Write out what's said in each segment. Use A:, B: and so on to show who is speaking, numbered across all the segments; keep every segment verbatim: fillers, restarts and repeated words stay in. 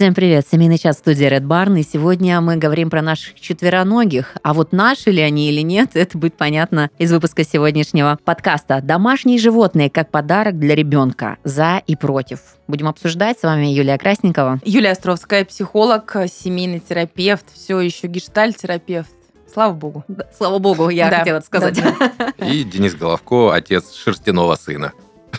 A: Всем привет, семейный чат, студия Red Barn, и сегодня мы говорим про наших четвероногих, а вот наши ли они или нет, это будет понятно из выпуска сегодняшнего подкаста. Домашние животные как подарок для ребенка. За и против. Будем обсуждать. С вами Юлия Красникова.
B: Юлия Островская, психолог, семейный терапевт, все еще гештальт-терапевт. Слава богу.
A: Да, слава богу, я
B: да,
A: хотела сказать.
B: Да, да.
C: И Денис Головко, отец шерстяного сына.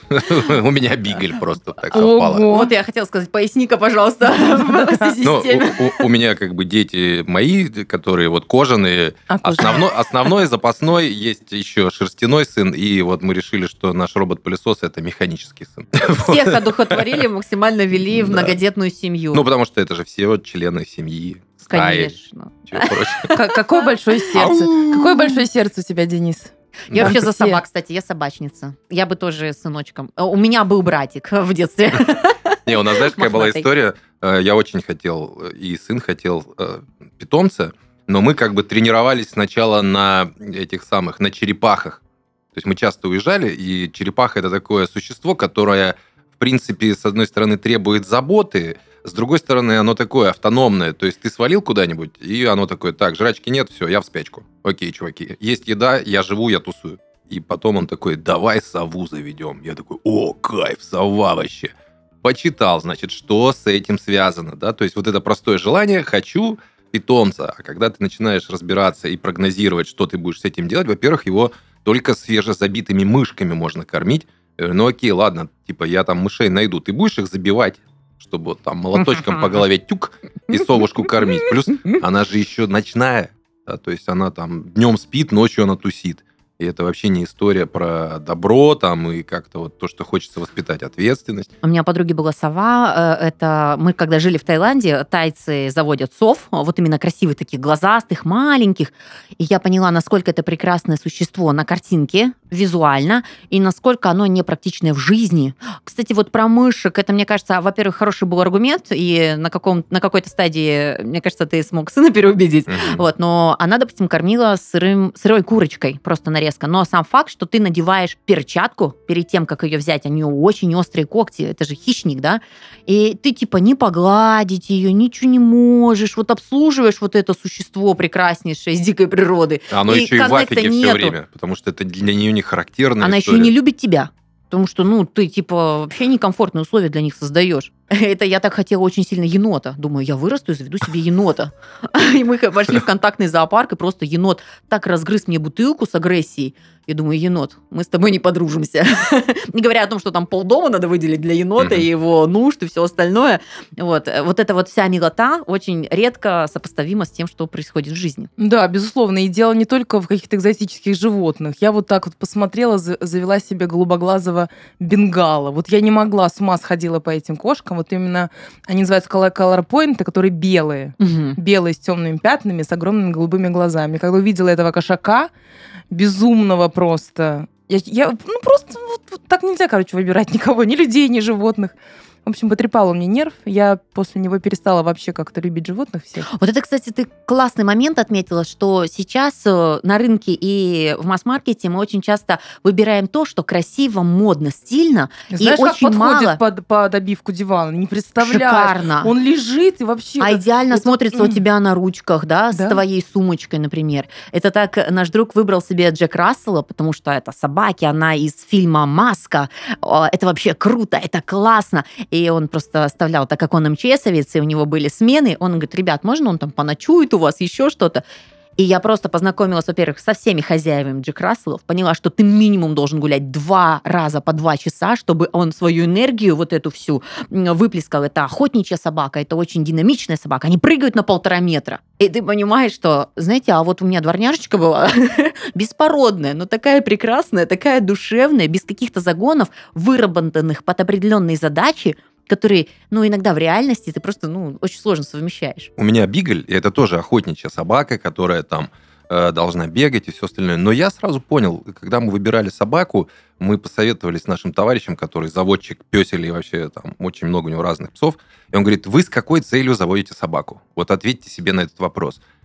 C: У меня бигль просто так совпало.
A: Вот я хотела сказать, поясни-ка, пожалуйста,
C: Ну, у, у меня как бы дети мои, которые вот кожаные.
B: А, кожаные.
C: Основной, основной запасной, есть еще шерстяной сын, и вот мы решили, что наш робот-пылесос – это механический сын.
A: Всех одухотворили, максимально вели в
C: Да.
A: многодетную семью.
C: Ну, потому что это же все вот члены семьи, стаи,
A: Конечно.
C: чего прочего.
B: К- Какое большое сердце. Какое большое сердце у тебя, Денис?
A: Я
C: Да.
A: вообще за
B: Все.
A: собак, кстати, я собачница. Я бы тоже с сыночком. У меня был братик в детстве.
C: Не, у нас, знаешь, какая была
A: Мохнатый.
C: история? Э, Я очень хотел, и сын хотел э, питомца, но мы как бы тренировались сначала на этих самых, на черепахах. То есть мы часто уезжали, и черепаха – это такое существо, которое, в принципе, с одной стороны, требует заботы, с другой стороны, оно такое автономное. То есть ты свалил куда-нибудь, и оно такое, так, жрачки нет, все, я в спячку. Окей, чуваки, есть еда, я живу, я тусую. И потом он такой, давай сову заведем. Я такой, о, кайф, сова вообще. Почитал, значит, что с этим связано, да, то есть вот это простое желание, хочу питомца, а когда ты начинаешь разбираться и прогнозировать, что ты будешь с этим делать, во-первых, его только свежезабитыми мышками можно кормить. Я говорю, ну окей, ладно, типа я там мышей найду, ты будешь их забивать, чтобы вот там молоточком по голове тюк и совушку кормить. Плюс она же еще ночная, да, то есть она там днем спит, ночью она тусит. И это вообще не история про добро там и как-то вот то, что хочется воспитать, ответственность.
A: У меня у подруги была сова. э, Это мы, когда жили в Таиланде, тайцы заводят сов, вот именно красивых таких глазастых, маленьких. И я поняла, насколько это прекрасное существо на картинке, визуально, и насколько оно непрактичное в жизни. Кстати, вот про мышек, это, мне кажется, во-первых, хороший был аргумент, и на, каком, на какой-то стадии, мне кажется, ты смог сына переубедить.
C: Мгм.
A: Вот, но она, допустим, кормила сырым, сырой курочкой, просто нарезка. Но сам факт, что ты надеваешь перчатку перед тем, как ее взять, у нее очень острые когти, это же хищник, да, и ты типа не погладить ее, ничего не можешь, вот обслуживаешь вот это существо прекраснейшее из дикой природы.
C: Оно
A: И
C: еще и в
A: коннекта
C: афиге все
A: нету.
C: время, потому что это для нее не характерная
A: Она еще
C: история.
A: и не любит тебя. Потому что, ну, ты, типа, вообще некомфортные условия для них создаешь. Это я так хотела очень сильно енота. Думаю, я вырасту и заведу себе енота. И мы пошли в контактный зоопарк, и просто енот так разгрыз мне бутылку с агрессией. Я думаю, енот, мы с тобой не подружимся. Не говоря о том, что там полдома надо выделить для енота
C: Мгм.
A: и его нужд и все остальное. Вот. Вот эта вот вся милота очень редко сопоставима с тем, что происходит в жизни.
B: Да, безусловно. И дело не только в каких-то экзотических животных. Я вот так вот посмотрела, за- завела себе голубоглазого бенгала. Вот я не могла, с ума сходила по этим кошкам. Вот именно они называются color color point, которые белые. Белые с темными пятнами, с огромными голубыми глазами. Когда увидела этого кошака, безумного просто. Я, я- ну, просто вот, вот так нельзя, короче, выбирать никого, ни людей, ни животных. В общем, потрепал он мне нерв. Я после него перестала вообще как-то любить животных всех.
A: Вот это, кстати, ты классный момент отметила, что сейчас э, на рынке и в масс-маркете мы очень часто выбираем то, что красиво, модно, стильно,
B: Знаешь,
A: и
B: как
A: очень
B: подходит
A: мало
B: под, под обивку дивана? Не представляешь.
A: шикарно.
B: Он лежит и вообще...
A: А
B: это-
A: идеально
B: это-
A: смотрится у
B: м.
A: тебя на ручках, да, с
B: Да.
A: твоей сумочкой, например. Это так э, наш друг выбрал себе Джек Рассела, потому что это собаки, она из фильма «Маска». О, это вообще круто, это классно. И он просто оставлял, так как он МЧСовец, и у него были смены, он говорит, ребят, можно он там поночует у вас, еще что-то? И я просто познакомилась, во-первых, со всеми хозяевами Джек Расселов, поняла, что ты минимум должен гулять два раза по два часа, чтобы он свою энергию вот эту всю м, выплескал. Это охотничья собака, это очень динамичная собака. Они прыгают на полтора метра. И ты понимаешь, что, знаете, а вот у меня дворняжечка была беспородная, но такая прекрасная, такая душевная, без каких-то загонов, выработанных под определенные задачи, которые, ну, иногда в реальности ты просто, ну, очень сложно совмещаешь.
C: У меня бигль, и это тоже охотничья собака, которая там э, должна бегать и все остальное. Но я сразу понял, когда мы выбирали собаку, мы посоветовались с нашим товарищем, который заводчик пёселей, вообще там очень много у него разных псов, и он говорит, вы с какой целью заводите собаку? Вот ответьте себе на этот вопрос.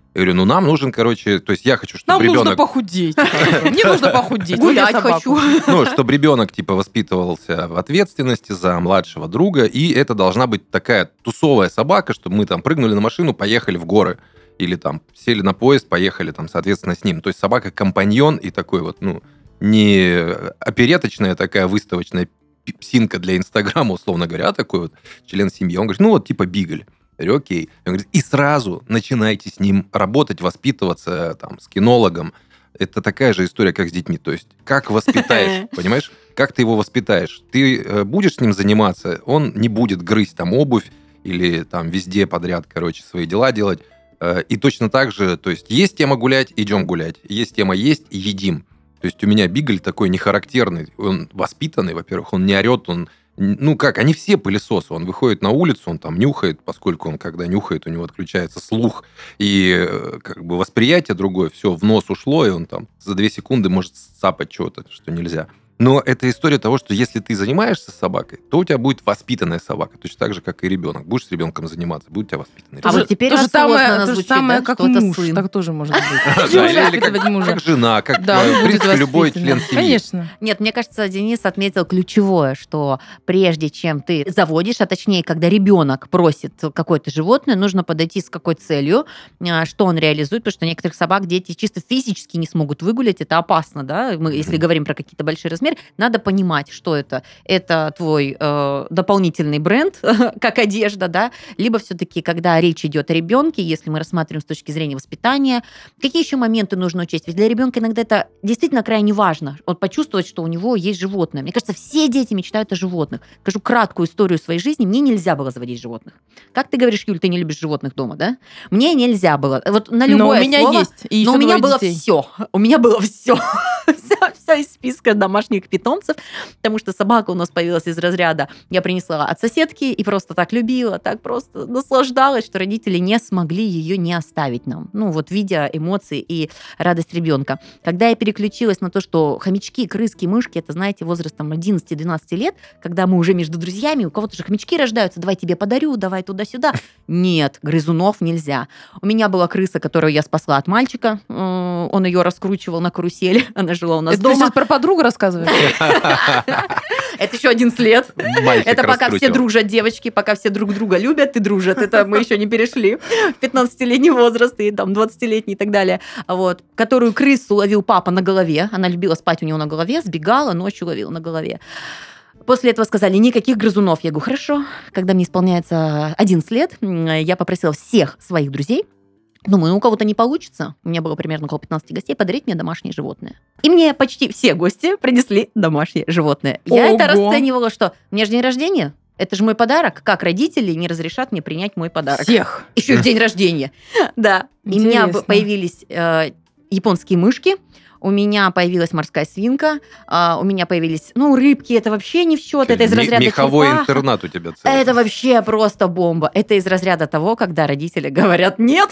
C: Я говорю, ну нам нужен, короче, то есть я хочу, чтобы
B: Нам
C: ребенок...
B: нужно похудеть. Мне нужно похудеть.
A: Гулять хочу.
C: Ну, чтобы ребенок, типа, воспитывался в ответственности за младшего друга, и это должна быть такая тусовая собака, чтобы мы там прыгнули на машину, поехали в горы, или там сели на поезд, поехали там, соответственно, с ним. То есть собака-компаньон и такой вот, ну, не опереточная такая выставочная псинка для Инстаграма, условно говоря, а такой вот член семьи. Он говорит, ну, вот типа бигль. Я говорю, окей. Он говорит, и сразу начинайте с ним работать, воспитываться там, с кинологом. Это такая же история, как с детьми. То есть, как воспитаешь, понимаешь? Как ты его воспитаешь? Ты э, будешь с ним заниматься, он не будет грызть там обувь или там везде подряд, короче, свои дела делать. Э, и точно так же, то есть, есть тема гулять, идем гулять. Есть тема есть, едим. То есть, у меня бигль такой нехарактерный. Он воспитанный, во-первых, он не орет, он... Ну как, они все пылесосы. Он выходит на улицу, он там нюхает, поскольку он, когда нюхает, у него отключается слух и как бы восприятие другое, все, в нос ушло, и он там за две секунды может сцапать чего-то, что нельзя. Но это история того, что если ты занимаешься собакой, то у тебя будет воспитанная собака, точно так же, как и ребенок. Будешь с ребенком заниматься, будет у тебя воспитанный
A: А
C: ребенок.
A: вот теперь
B: то же
A: осознанно
B: самое, то же
A: звучит,
B: самое,
A: да,
B: как
A: что это
B: муж.
A: сын.
B: Так тоже может быть.
C: Да, или- или
B: Воспитывать
C: как-
B: мужа.
C: Как жена, как,
B: Да,
C: э,
B: он
C: в
B: будет
C: принципе, любой
B: воспитанный.
C: член семьи.
B: Конечно.
A: Нет, мне кажется, Денис отметил ключевое, что прежде чем ты заводишь, а точнее, когда ребенок просит какое-то животное, нужно подойти с какой целью, а, что он реализует, потому что некоторых собак дети чисто физически не смогут выгулять, это опасно, да, мы, если
C: Мгм.
A: говорим про какие-то большие размеры, надо понимать, что это. Это твой э, дополнительный бренд, как одежда, да, либо все-таки, когда речь идет о ребенке, если мы рассматриваем с точки зрения воспитания, какие еще моменты нужно учесть? Ведь для ребенка иногда это действительно крайне важно, вот почувствовать, что у него есть животное. Мне кажется, все дети мечтают о животных. Скажу краткую историю своей жизни. Мне нельзя было заводить животных. Как ты говоришь, Юль, ты не любишь животных дома, да? Мне нельзя было. Вот на любое
B: Но у меня
A: слово,
B: есть. И
A: но у
B: еще
A: меня
B: двое
A: было
B: детей.
A: все. У меня было все. Все из списка домашних питомцев, потому что собака у нас появилась из разряда я принесла от соседки и просто так любила, так просто наслаждалась, что родители не смогли ее не оставить нам. Ну, вот видя эмоции и радость ребенка. Когда я переключилась на то, что хомячки, крыски, мышки, это, знаете, возрастом одиннадцать-двенадцать лет, когда мы уже между друзьями, у кого-то же хомячки рождаются, давай тебе подарю, давай туда-сюда. Нет, грызунов нельзя. У меня была крыса, которую я спасла от мальчика. Э, Он ее раскручивал на карусели. Она жила у нас
B: Это ты
A: дома.
B: сейчас про подругу рассказываешь?
A: Это еще одиннадцать лет.
C: Мальчик
A: Это пока все
C: раскрутил.
A: дружат, девочки, пока все друг друга любят и дружат. Это мы еще не перешли в пятнадцатилетний возраст и там двадцатилетний и так далее. Вот. Которую крысу ловил папа на голове. Она любила спать у него на голове, сбегала, ночью ловила на голове. После этого сказали, никаких грызунов. Я говорю, хорошо. Когда мне исполняется одиннадцать лет, м, я попросила всех своих друзей, думаю, ну, у кого-то не получится, у меня было примерно около пятнадцати гостей, подарить мне домашнее животное. И мне почти все гости принесли домашнее животное. Я это
B: Ого.
A: расценивала, что у меня же день рождения, это же мой подарок. Как родители не разрешат мне принять мой подарок?
B: Всех.
A: Еще и в день рождения. Да. И у меня
B: Интересно.
A: появились э, японские мышки, у меня появилась морская свинка, а, у меня появились, ну, рыбки, это вообще не в счет, это из
C: Ми-
A: разряда
C: Меховой
A: черепаха.
C: интернат у тебя целый.
A: Это вообще просто бомба. Это из разряда того, когда родители говорят «нет».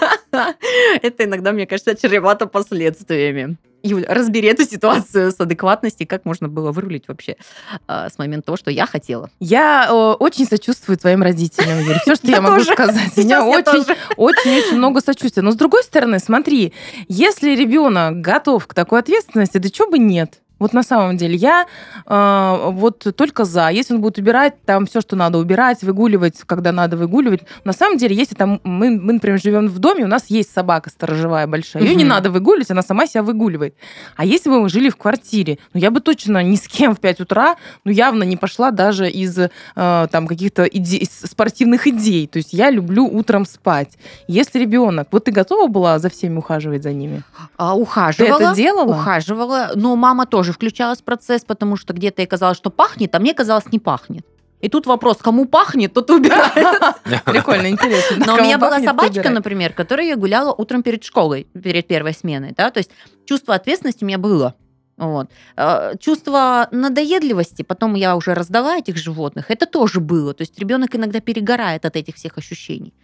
A: Это иногда, мне кажется, чревато последствиями. Юль, разбери эту ситуацию с адекватностью, как можно было вырулить вообще а, с момента того, что я хотела.
B: Я э, очень сочувствую твоим родителям, Юль. Все, что я,
A: Я
B: могу
A: тоже.
B: сказать. У
A: Сейчас
B: меня
A: я
B: очень,
A: тоже.
B: очень-очень много сочувствия. Но с другой стороны, смотри, если ребенок готов к такой ответственности, да чего бы нет? Вот на самом деле я э, вот только за. Если он будет убирать там все, что надо убирать, выгуливать, когда надо выгуливать. На самом деле, если там мы, мы например, живем в доме, у нас есть собака сторожевая большая. Ее не
A: Мгм.
B: надо выгуливать, она сама себя выгуливает. А если бы мы жили в квартире, ну я бы точно ни с кем в пять утра, ну явно не пошла даже из э, там каких-то идей, из спортивных идей. То есть я люблю утром спать. Если ребенок, вот ты готова была за всеми ухаживать за ними?
A: А,
B: Ты
A: ухаживала.
B: это делала?
A: Ухаживала. Но мама тоже включалась в процесс, потому что где-то ей казалось, что пахнет, а мне казалось, не пахнет. И тут вопрос, кому пахнет, тот и убирает.
B: Прикольно, интересно.
A: Но у
B: Кому
A: меня была
B: пахнет, кто
A: собачка,
B: убирает.
A: например, которая я гуляла утром перед школой, перед первой сменой. Да? То есть чувство ответственности у меня было. Вот. Э, Чувство надоедливости, потом я уже раздала этих животных, это тоже было. То есть ребенок иногда перегорает от этих всех ощущений.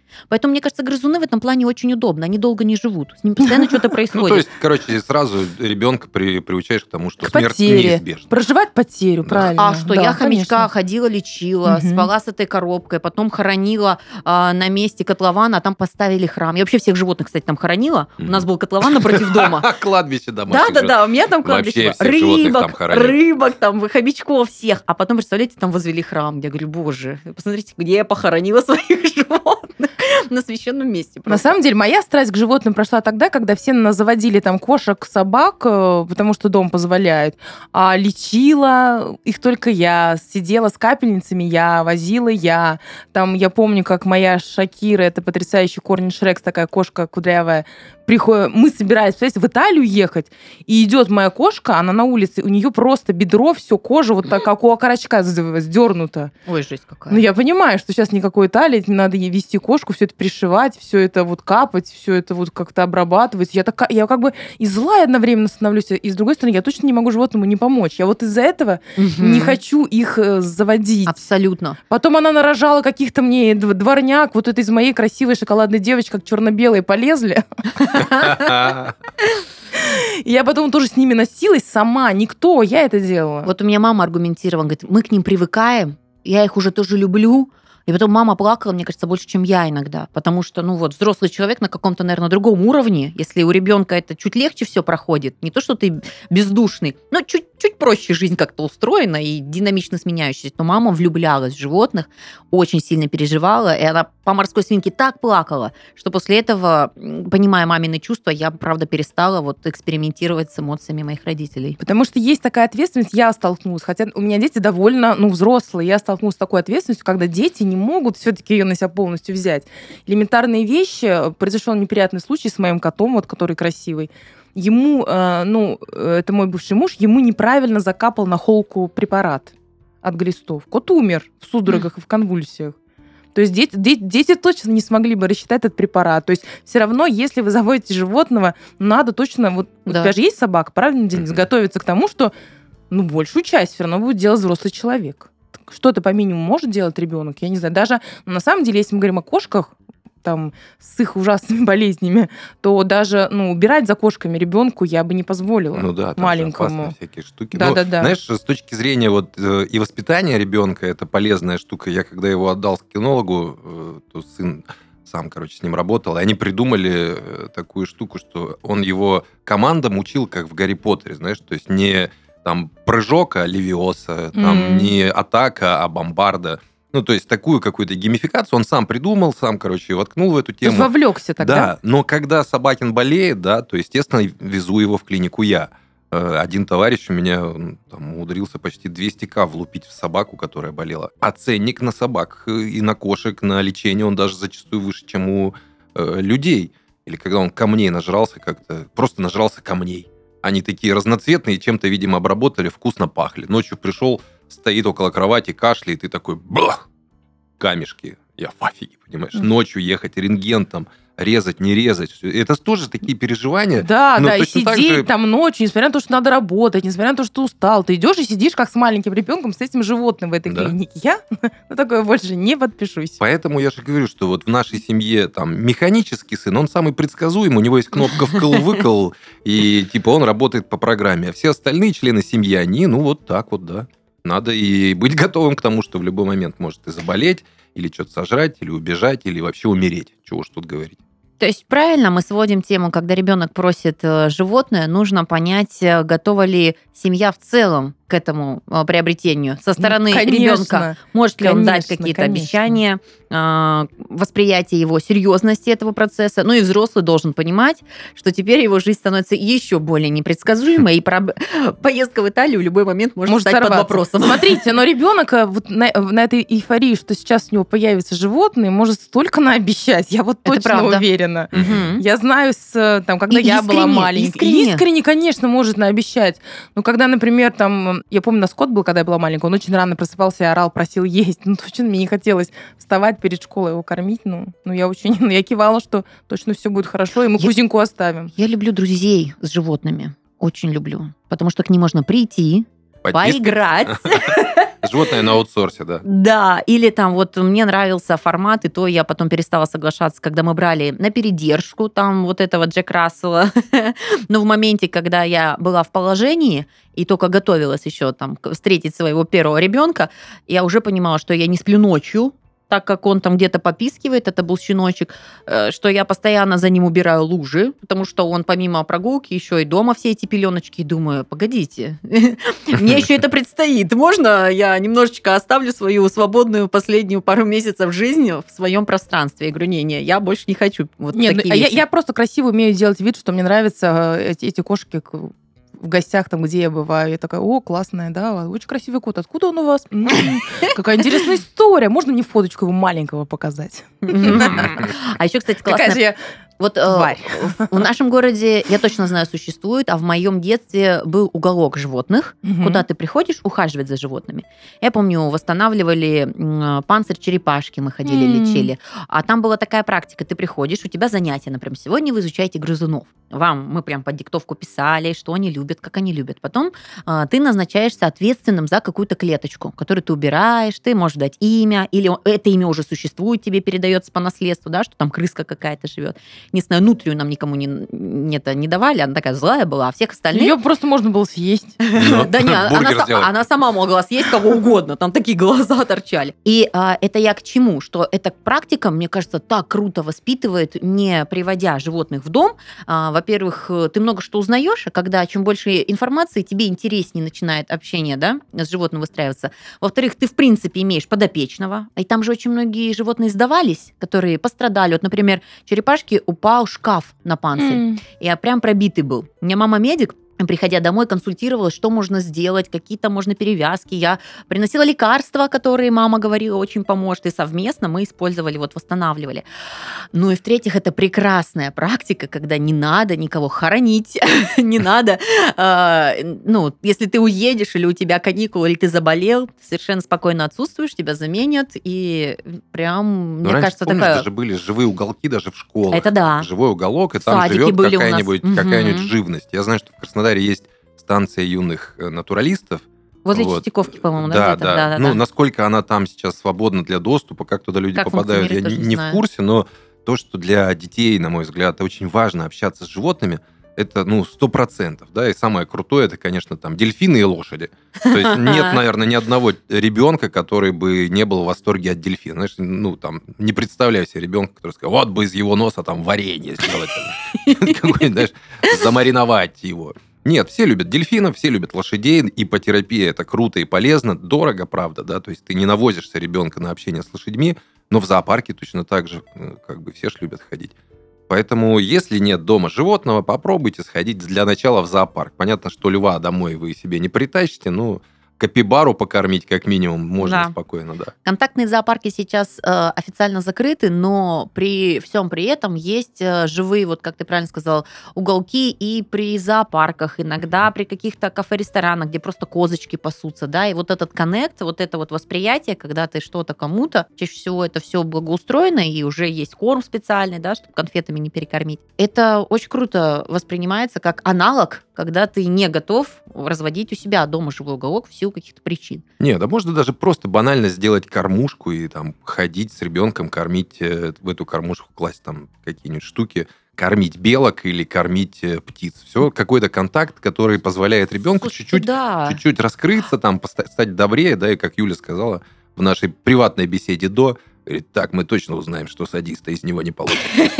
A: Поэтому, мне кажется, грызуны в этом плане очень удобно. Они долго не живут. С ними постоянно что-то происходит.
C: Ну, то есть, короче, сразу ребенка при, приучаешь к тому, что
B: К
C: смерть
B: потере.
C: неизбежна.
B: Проживать потерю,
C: Да.
B: правильно.
A: А что,
B: Да,
A: я хомячка
B: конечно.
A: ходила, лечила,
B: Мгм.
A: спала с этой коробкой, потом хоронила а, на месте котлована, а там поставили храм. Я вообще всех животных, кстати, там хоронила. У нас
C: Мгм.
A: был котлован напротив дома.
C: Кладбище домашних животных.
A: Да-да-да, у меня там
C: Вообще
A: кладбище.
C: всех животных там
A: Рыбок,
C: хоронят.
A: рыбок, там, хомячков всех. А потом, представляете, там возвели храм. Я говорю, боже, посмотрите, где я похоронила своих животных. На священном месте.
B: На
A: просто.
B: самом деле, моя страсть к животным прошла тогда, когда все нас заводили там кошек, собак, э, потому что дом позволяет. А лечила их только я. Сидела с капельницами я, возила я. Там я помню, как моя Шакира, это потрясающий корнишрекс, такая кошка кудрявая, приходит, мы собираемся, представляете, в Италию ехать, и идет моя кошка, она на улице, у нее просто бедро, все, кожа вот так, как у окорочка сдернута.
A: Ой, жесть какая.
B: Ну, я понимаю, что сейчас никакой Италии, не надо ей вести кошку, все это пришивать, все это вот капать, все это вот как-то обрабатывать. Я, такая, я как бы и злая одновременно становлюсь, и с другой стороны, я точно не могу животному не помочь. Я вот из-за этого
A: Мгм.
B: не хочу их э, заводить.
A: Абсолютно.
B: Потом она нарожала каких-то мне дв- дворняк, вот это из моей красивой шоколадной девочки, как черно-белые, полезли. И я потом тоже с ними носилась сама, никто, я это делала.
A: Вот у меня мама аргументировала, говорит, мы к ним привыкаем, я их уже тоже люблю. И потом мама плакала, мне кажется, больше, чем я иногда. Потому что, ну вот, взрослый человек на каком-то, наверное, другом уровне, если у ребенка это чуть легче все проходит, не то, что ты бездушный, но чуть, чуть проще жизнь как-то устроена и динамично сменяющаяся. Но мама влюблялась в животных, очень сильно переживала, и она по морской свинке так плакала, что после этого, м, понимая мамины чувства, я, правда, перестала вот экспериментировать с эмоциями моих родителей.
B: Потому что есть такая ответственность, я столкнулась, хотя у меня дети довольно, ну, взрослые, я столкнулась с такой ответственностью, когда дети не могут все-таки ее на себя полностью взять. Элементарные вещи, произошел неприятный случай с моим котом, вот, который красивый. Ему, э, ну, э, это мой бывший муж, ему неправильно закапал на холку препарат от глистов. Кот умер в судорогах и в конвульсиях. То есть дети, дети, дети точно не смогли бы рассчитать этот препарат. То есть все равно, если вы заводите животного, надо точно... Вот у
A: Да.
B: тебя же есть собака, правильно, Денис?
C: Мгм.
B: Готовиться к тому, что ну, большую часть все равно будет делать взрослый человек. Так что-то по минимуму может делать ребенок, я не знаю. Даже ну, на самом деле, если мы говорим о кошках, там, с их ужасными болезнями, то даже ну, убирать за кошками ребенку я бы не позволила.
C: Ну да, там же
B: маленькому.
C: опасные всякие штуки.
B: Да,
C: Ну,
B: да, да.
C: знаешь, с точки зрения вот э, и воспитания ребенка, это полезная штука. Я когда его отдал к кинологу, э, то сын сам, короче, с ним работал, и они придумали э, такую штуку, что он его командам учил, как в Гарри Поттере, знаешь, то есть не там прыжок, а левиоса, там
B: Мгм.
C: не атака, а бомбарда. Ну, то есть такую какую-то геймификацию он сам придумал, сам, короче, воткнул в эту
B: То есть
C: тему.
B: вовлекся тогда.
C: Да, но когда Собакин болеет, да, то, естественно, везу его в клинику я. Э, Один товарищ у меня он, там, умудрился почти двести тысяч влупить в собаку, которая болела. А ценник на собак э, и на кошек, на лечение, он даже зачастую выше, чем у э, людей. Или когда он камней нажрался как-то, просто нажрался камней. Они такие разноцветные, чем-то, видимо, обработали, вкусно пахли. Ночью пришел, стоит около кровати, кашляет, и такой, бах, камешки. Я в афиге, понимаешь?
B: Мгм.
C: Ночью ехать, рентген там, резать, не резать. всё. Это тоже такие переживания.
B: Да,
C: Ну,
B: да, и
C: точно так
B: сидеть
C: же-
B: там ночью, несмотря на то, что надо работать, несмотря на то, что устал. Ты идешь и сидишь, как с маленьким ребенком, с этим животным в этой
C: Да.
B: клинике. Я на такое больше не подпишусь.
C: Поэтому я же говорю, что вот в нашей семье там механический сын, он самый предсказуемый, у него есть кнопка вкл-выкл, и типа он работает по программе. А все остальные члены семьи, они, ну вот так вот, да. Надо и быть готовым к тому, что в любой момент может и заболеть, или что-то сожрать, или убежать, или вообще умереть. Чего уж тут говорить.
A: То есть правильно мы сводим тему, когда ребенок просит э, животное, нужно понять, э, готова ли семья в целом к этому э, приобретению со стороны
B: Ну, конечно.
A: ребенка. Может ли он дать
B: Конечно,
A: какие-то
B: конечно.
A: обещания, э, восприятие его серьезности этого процесса. Ну и взрослый должен понимать, что теперь его жизнь становится еще более непредсказуемой, и проб- поездка в Италию в любой момент может,
B: Может
A: стать под
B: сорваться.
A: вопросом.
B: Смотрите, но ребенок э, вот на, на этой эйфории, что сейчас у него появятся животные, может столько наобещать. Я вот
A: Это
B: точно
A: правда.
B: уверена.
A: Мгм.
B: Я знаю, с, там, когда
A: И
B: я была
A: искренне,
B: маленькая.
A: искренне.
B: Искренне, конечно, может наобещать. Но когда, например, там, я помню, на скот был, когда я была маленькая, он очень рано просыпался и орал, просил есть. Ну, точно мне не хотелось вставать перед школой его кормить. Ну, ну я очень, ну, я кивала, что точно все будет хорошо, и мы
A: Я-
B: Кузеньку оставим.
A: Я люблю друзей с животными. Очень люблю. Потому что к ним можно прийти,
C: Потискать.
A: поиграть,
C: Животное на аутсорсе, да.
A: Да, или там вот мне нравился формат, и то я потом перестала соглашаться, когда мы брали на передержку там вот этого Джек Рассела. Но в моменте, когда я была в положении и только готовилась еще там встретить своего первого ребенка, я уже понимала, что я не сплю ночью, так как он там где-то попискивает, это был щеночек, что я постоянно за ним убираю лужи, потому что он помимо прогулки еще и дома все эти пеленочки. И думаю, погодите, мне еще это предстоит. Можно я немножечко оставлю свою свободную последнюю пару месяцев жизни в своем пространстве? Я говорю, не-не, я больше не хочу вот
B: Нет,
A: такие
B: ну, я,
A: вещи.
B: я просто красиво умею делать вид, что мне нравятся эти, эти кошки в гостях, там, где я бываю. Я такая, о, классная, да, очень красивый кот. Откуда он у вас? М-м, какая интересная история. Можно мне фоточку его маленького показать?
A: А еще, кстати,
B: Какая
A: классно.
B: же я
A: Вот э,
B: тварь.
A: в, в нашем городе, я точно знаю, существует, а в моем детстве был уголок животных,
B: Мгм.
A: куда ты приходишь ухаживать за животными. Я помню, восстанавливали м, панцирь черепашки, мы ходили,
B: М.
A: лечили. А там была такая практика, ты приходишь, у тебя занятие, например, сегодня вы изучаете грызунов. Вам мы прям под диктовку писали, что они любят, как они любят. Потом а, ты назначаешься ответственным за какую-то клеточку, которую ты убираешь, ты можешь дать имя, или о- это имя уже существует, тебе передается по наследству, да, что там крыска какая-то живет. Не знаю, нутрию нам никому не, не, это, не давали, она такая злая была, а всех остальных...
B: Ее просто можно было съесть.
C: Ну,
A: Да не, она,
C: бургер
A: са-
C: сделать.
A: она сама могла съесть кого угодно, там такие глаза торчали. И а, это я к чему? Что эта практика, мне кажется, так круто воспитывает, не приводя животных в дом. А, во-первых, ты много что узнаешь, а когда чем больше информации, тебе интереснее начинает общение, да, с животным выстраиваться. Во-вторых, ты, в принципе, имеешь подопечного, и там же очень многие животные сдавались, которые пострадали. Вот, например, черепашке упал шкаф на панцирь.
B: М.
A: Я прям пробитый был. У меня мама медик, приходя домой, консультировалась, что можно сделать, какие-то можно перевязки. Я приносила лекарства, которые мама говорила, очень поможет. И совместно мы использовали, вот восстанавливали. Ну и в-третьих, это прекрасная практика, когда не надо никого хоронить, не надо, э, ну, если ты уедешь или у тебя каникулы, или ты заболел, ты совершенно спокойно отсутствуешь, тебя заменят, и прям,
C: Ну,
A: мне
C: раньше,
A: кажется,
C: помнишь,
A: такая...
C: даже были живые уголки даже в школах.
A: Это да.
C: Живой уголок, и там
A: Садики
C: живет
A: были у нас.
C: какая-нибудь,
A: Мгм.
C: какая-нибудь живность. Я знаю, что в Краснодаре есть станция юных э, натуралистов.
A: Возле
C: Вот.
A: Чистяковки, по-моему, да,
C: Да,
A: где-то?
C: да.
A: Да, да,
C: Ну,
A: да.
C: насколько она там сейчас свободна для доступа, как туда люди
A: Как
C: попадают, я
A: функционирует,
C: не,
A: тоже не
C: не в
A: знаю.
C: курсе, но то, что для детей, на мой взгляд, очень важно общаться с животными, это, ну, сто процентов, да, и самое крутое, это, конечно, там, дельфины и лошади. То есть нет, наверное, ни одного ребенка, который бы не был в восторге от дельфина. Знаешь, ну, там, не представляю себе ребенка, который скажет, вот бы из его носа там варенье сделать, там, какой-нибудь, знаешь, замариновать его. Нет, все любят дельфинов, все любят лошадей, ипотерапия – это круто и полезно, дорого, правда, да, то есть ты не навозишься ребенка на общение с лошадьми, но в зоопарке точно так же, э, как бы все ж любят ходить. Поэтому, если нет дома животного, попробуйте сходить для начала в зоопарк. Понятно, что льва домой вы себе не притащите, но капибару покормить как минимум можно
A: Да.
C: спокойно, да.
A: Контактные зоопарки сейчас э, официально закрыты, но при всем при этом есть э, живые, вот как ты правильно сказал, уголки и при зоопарках, иногда при каких-то кафе-ресторанах, где просто козочки пасутся, да, и вот этот коннект, вот это вот восприятие, когда ты что-то кому-то, чаще всего это все благоустроено, и уже есть корм специальный, да, чтобы конфетами не перекормить. Это очень круто воспринимается как аналог, когда ты не готов разводить у себя дома живой уголок в силу каких-то причин.
C: Не, да можно даже просто банально сделать кормушку и там ходить с ребенком, кормить э, в эту кормушку, класть там какие-нибудь штуки, кормить белок или кормить э, птиц. Все, какой-то контакт, который позволяет ребенку
A: Слушайте,
C: чуть-чуть,
A: да.
C: чуть-чуть раскрыться, там, поста- стать добрее, да, и как Юля сказала в нашей приватной беседе до, говорит, так, мы точно узнаем, что садиста из него не получится.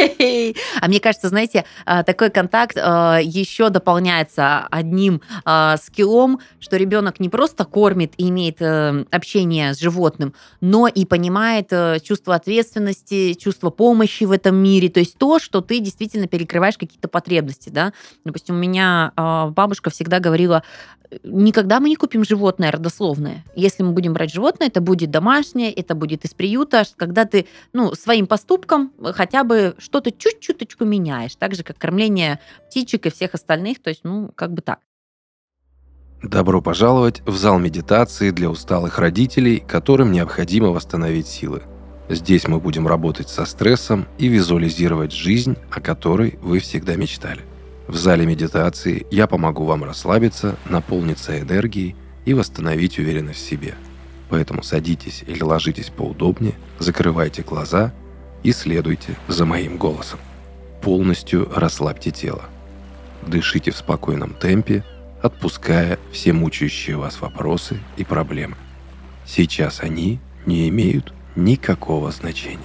A: А мне кажется, знаете, а, такой контакт а, еще дополняется одним а, скиллом, что ребенок не просто кормит и имеет э, общение с животным, но и понимает э, чувство ответственности, чувство помощи в этом мире, то есть то, что ты действительно перекрываешь какие-то потребности, да. Допустим, у меня а, бабушка всегда говорила, никогда мы не купим животное родословное. Если мы будем брать животное, это будет домашнее, это будет из приюта, когда ты, ну, своим поступком хотя бы что-то чуть-чуточку меняешь, так же, как кормление птичек и всех остальных, то есть, ну, как бы так.
C: Добро пожаловать в зал медитации для усталых родителей, которым необходимо восстановить силы. Здесь мы будем работать со стрессом и визуализировать жизнь, о которой вы всегда мечтали. В зале медитации я помогу вам расслабиться, наполниться энергией и восстановить уверенность в себе. Поэтому садитесь или ложитесь поудобнее, закрывайте глаза и следуйте за моим голосом. Полностью расслабьте тело. Дышите в спокойном темпе, отпуская все мучающие вас вопросы и проблемы. Сейчас они не имеют никакого значения.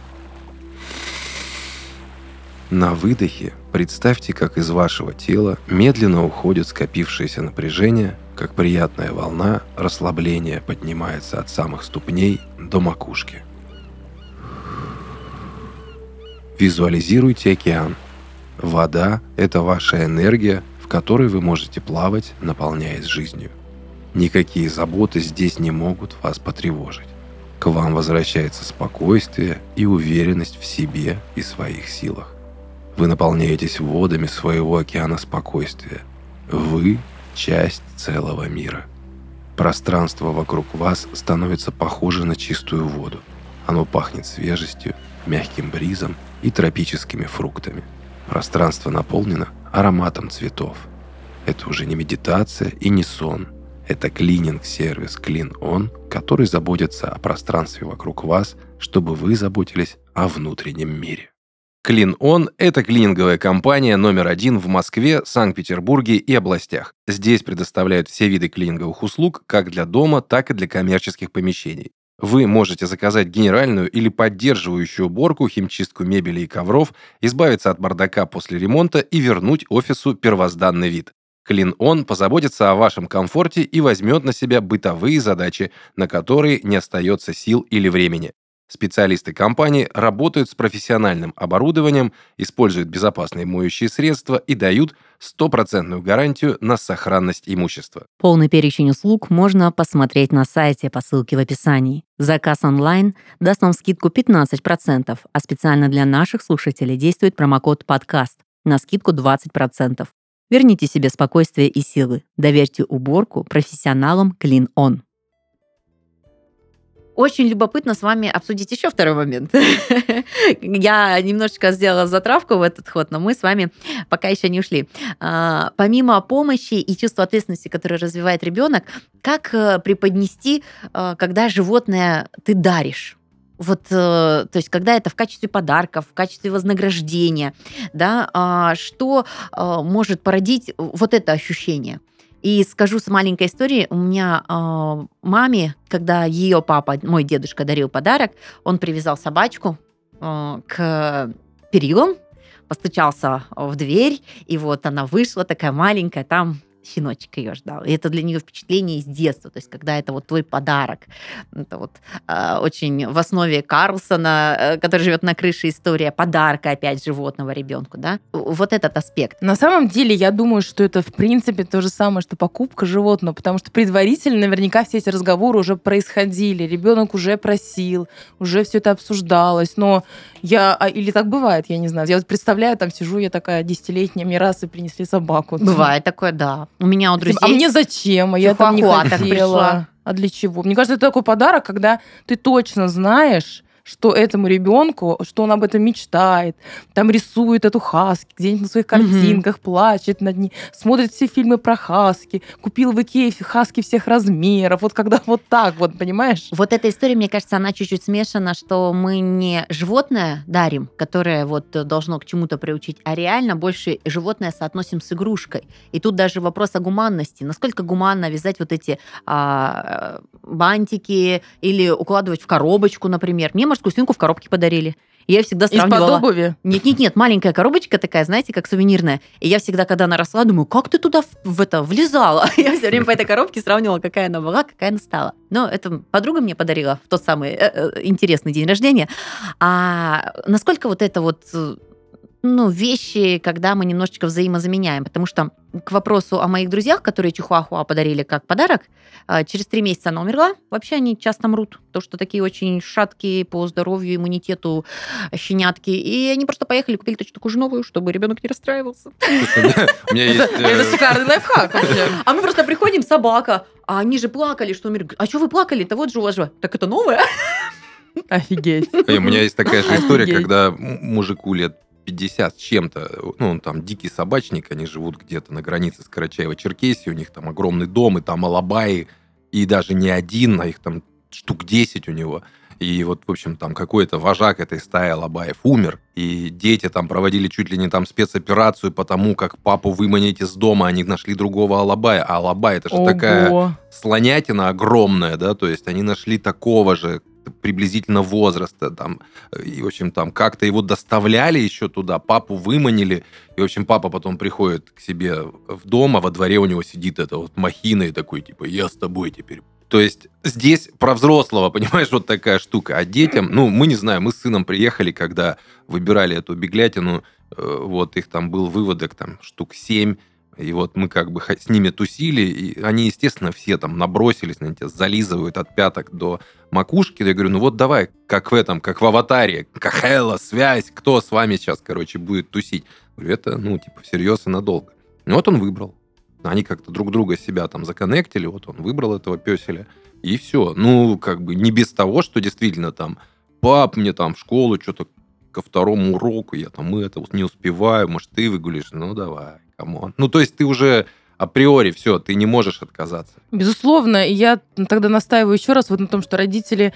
C: На выдохе представьте, как из вашего тела медленно уходит скопившееся напряжение, как приятная волна расслабления поднимается от самых ступней до макушки. Визуализируйте океан. Вода – это ваша энергия, в которой вы можете плавать, наполняясь жизнью. Никакие заботы здесь не могут вас потревожить. К вам возвращается спокойствие и уверенность в себе и своих силах. Вы наполняетесь водами своего океана спокойствия. Вы – часть целого мира. Пространство вокруг вас становится похоже на чистую воду. Оно пахнет свежестью, мягким бризом и тропическими фруктами. Пространство наполнено ароматом цветов. Это уже не медитация и не сон. Это клининг-сервис Clean On, который заботится о пространстве вокруг вас, чтобы вы заботились о внутреннем мире. Clean On – это клининговая компания номер один в Москве, Санкт-Петербурге и областях. Здесь предоставляют все виды клининговых услуг как для дома, так и для коммерческих помещений. Вы можете заказать генеральную или поддерживающую уборку, химчистку мебели и ковров, избавиться от бардака после ремонта и вернуть офису первозданный вид. Clean On позаботится о вашем комфорте и возьмет на себя бытовые задачи, на которые не остается сил или времени. Специалисты компании работают с профессиональным оборудованием, используют безопасные моющие средства и дают стопроцентную гарантию на сохранность имущества.
A: Полный перечень услуг можно посмотреть на сайте по ссылке в описании. Заказ онлайн даст вам скидку пятнадцать процентов, а специально для наших слушателей действует промокод «Подкаст» на скидку двадцать процентов. Верните себе спокойствие и силы. Доверьте уборку профессионалам Clean On. Очень любопытно с вами обсудить еще второй момент. Я немножечко сделала затравку в этот ход, но мы с вами пока еще не ушли. А, помимо помощи и чувства ответственности, которое развивает ребенок, как преподнести, когда животное ты даришь? Вот, то есть, когда это в качестве подарков, в качестве вознаграждения, да, что может породить вот это ощущение? И скажу с маленькой историей. У меня э, маме, когда ее папа, мой дедушка, дарил подарок, он привязал собачку э, к перилам, постучался в дверь, и вот она вышла такая маленькая, там щеночек ее ждал. И это для нее впечатление из детства. То есть, когда это вот твой подарок. Это вот э, очень в основе Карлсона, э, который живет на крыше, история подарка опять животного ребенку. Да? Вот этот аспект.
B: На самом деле, я думаю, что это в принципе то же самое, что покупка животного, потому что предварительно наверняка все эти разговоры уже происходили. Ребенок уже просил, уже все это обсуждалось. Но я... Или так бывает, я не знаю. Я вот представляю, там сижу я такая десятилетняя, мне раз и принесли собаку.
A: Бывает такое, да. У меня у друзей...
B: А мне зачем? А я там не хотела.
A: Пришла.
B: А для чего? Мне кажется, это такой подарок, когда ты точно знаешь, что этому ребенку, что он об этом мечтает, там рисует эту хаски, где-нибудь на своих картинках, mm-hmm. плачет над ней, смотрит все фильмы про хаски, купил в Икее хаски всех размеров, вот когда вот так вот, понимаешь?
A: Вот эта история, мне кажется, она чуть-чуть смешана, что мы не животное дарим, которое вот должно к чему-то приучить, а реально больше животное соотносим с игрушкой. И тут даже вопрос о гуманности. Насколько гуманно вязать вот эти а, бантики или укладывать в коробочку, например. Мне морскую свинку в коробке подарили. И я всегда сравнивала...
B: Из-под обуви?
A: Нет-нет-нет, маленькая коробочка такая, знаете, как сувенирная. И я всегда, когда она росла, думаю, как ты туда в это влезала? Я все время по этой коробке сравнивала, какая она была, какая она стала. Но это подруга мне подарила в тот самый э, э, интересный день рождения. А насколько вот это вот... ну, вещи, когда мы немножечко взаимозаменяем. Потому что к вопросу о моих друзьях, которые чихуахуа подарили как подарок, через три месяца она умерла. Вообще они часто мрут. То, что такие очень шаткие по здоровью, иммунитету щенятки. И они просто поехали, купили точно такую же новую, чтобы ребенок не расстраивался.
B: Это шикарный лайфхак вообще.
A: А мы просто приходим, собака, а они же плакали, что умерли. А что вы плакали-то? Вот же у вас же. Так это новое?
B: Офигеть.
C: У меня есть такая же история, когда мужику лет пятьдесят с чем-то, ну, он там дикий собачник, они живут где-то на границе с Карачаево-Черкесией, у них там огромный дом, и там алабаи, и даже не один, а их там штук десять у него. И вот, в общем, там какой-то вожак этой стаи алабаев умер, и дети там проводили чуть ли не там спецоперацию по тому, как папу выманить из дома, они нашли другого алабая. А алабай — это же
B: Ого.
C: такая слонятина огромная, да, то есть они нашли такого же приблизительно возраста, там, и, в общем, там как-то его доставляли еще туда, папу выманили, и, в общем, папа потом приходит к себе в дом, а во дворе у него сидит эта вот махина и такой, типа, я с тобой теперь. То есть здесь про взрослого, понимаешь, вот такая штука. А детям, ну, мы не знаем, мы с сыном приехали, когда выбирали эту беглятину, вот, их там был выводок, там, штук семь, и вот мы как бы с ними тусили, и они, естественно, все там набросились на тебя, зализывают от пяток до макушки. Я говорю, ну вот давай, как в этом, как в «Аватаре», как Элла, связь, кто с вами сейчас, короче, будет тусить? Говорю, это, ну, типа, всерьез и надолго. И вот он выбрал. Они как-то друг друга себя там законнектили, вот он выбрал этого пёселя, и все. Ну, как бы не без того, что действительно там, пап, мне там в школу что-то ко второму уроку, я там это вот не успеваю, может, ты выгулишь? Ну, давай, камон. Ну, то есть ты уже априори все, ты не можешь отказаться.
B: Безусловно, и я тогда настаиваю еще раз вот на том, что родители,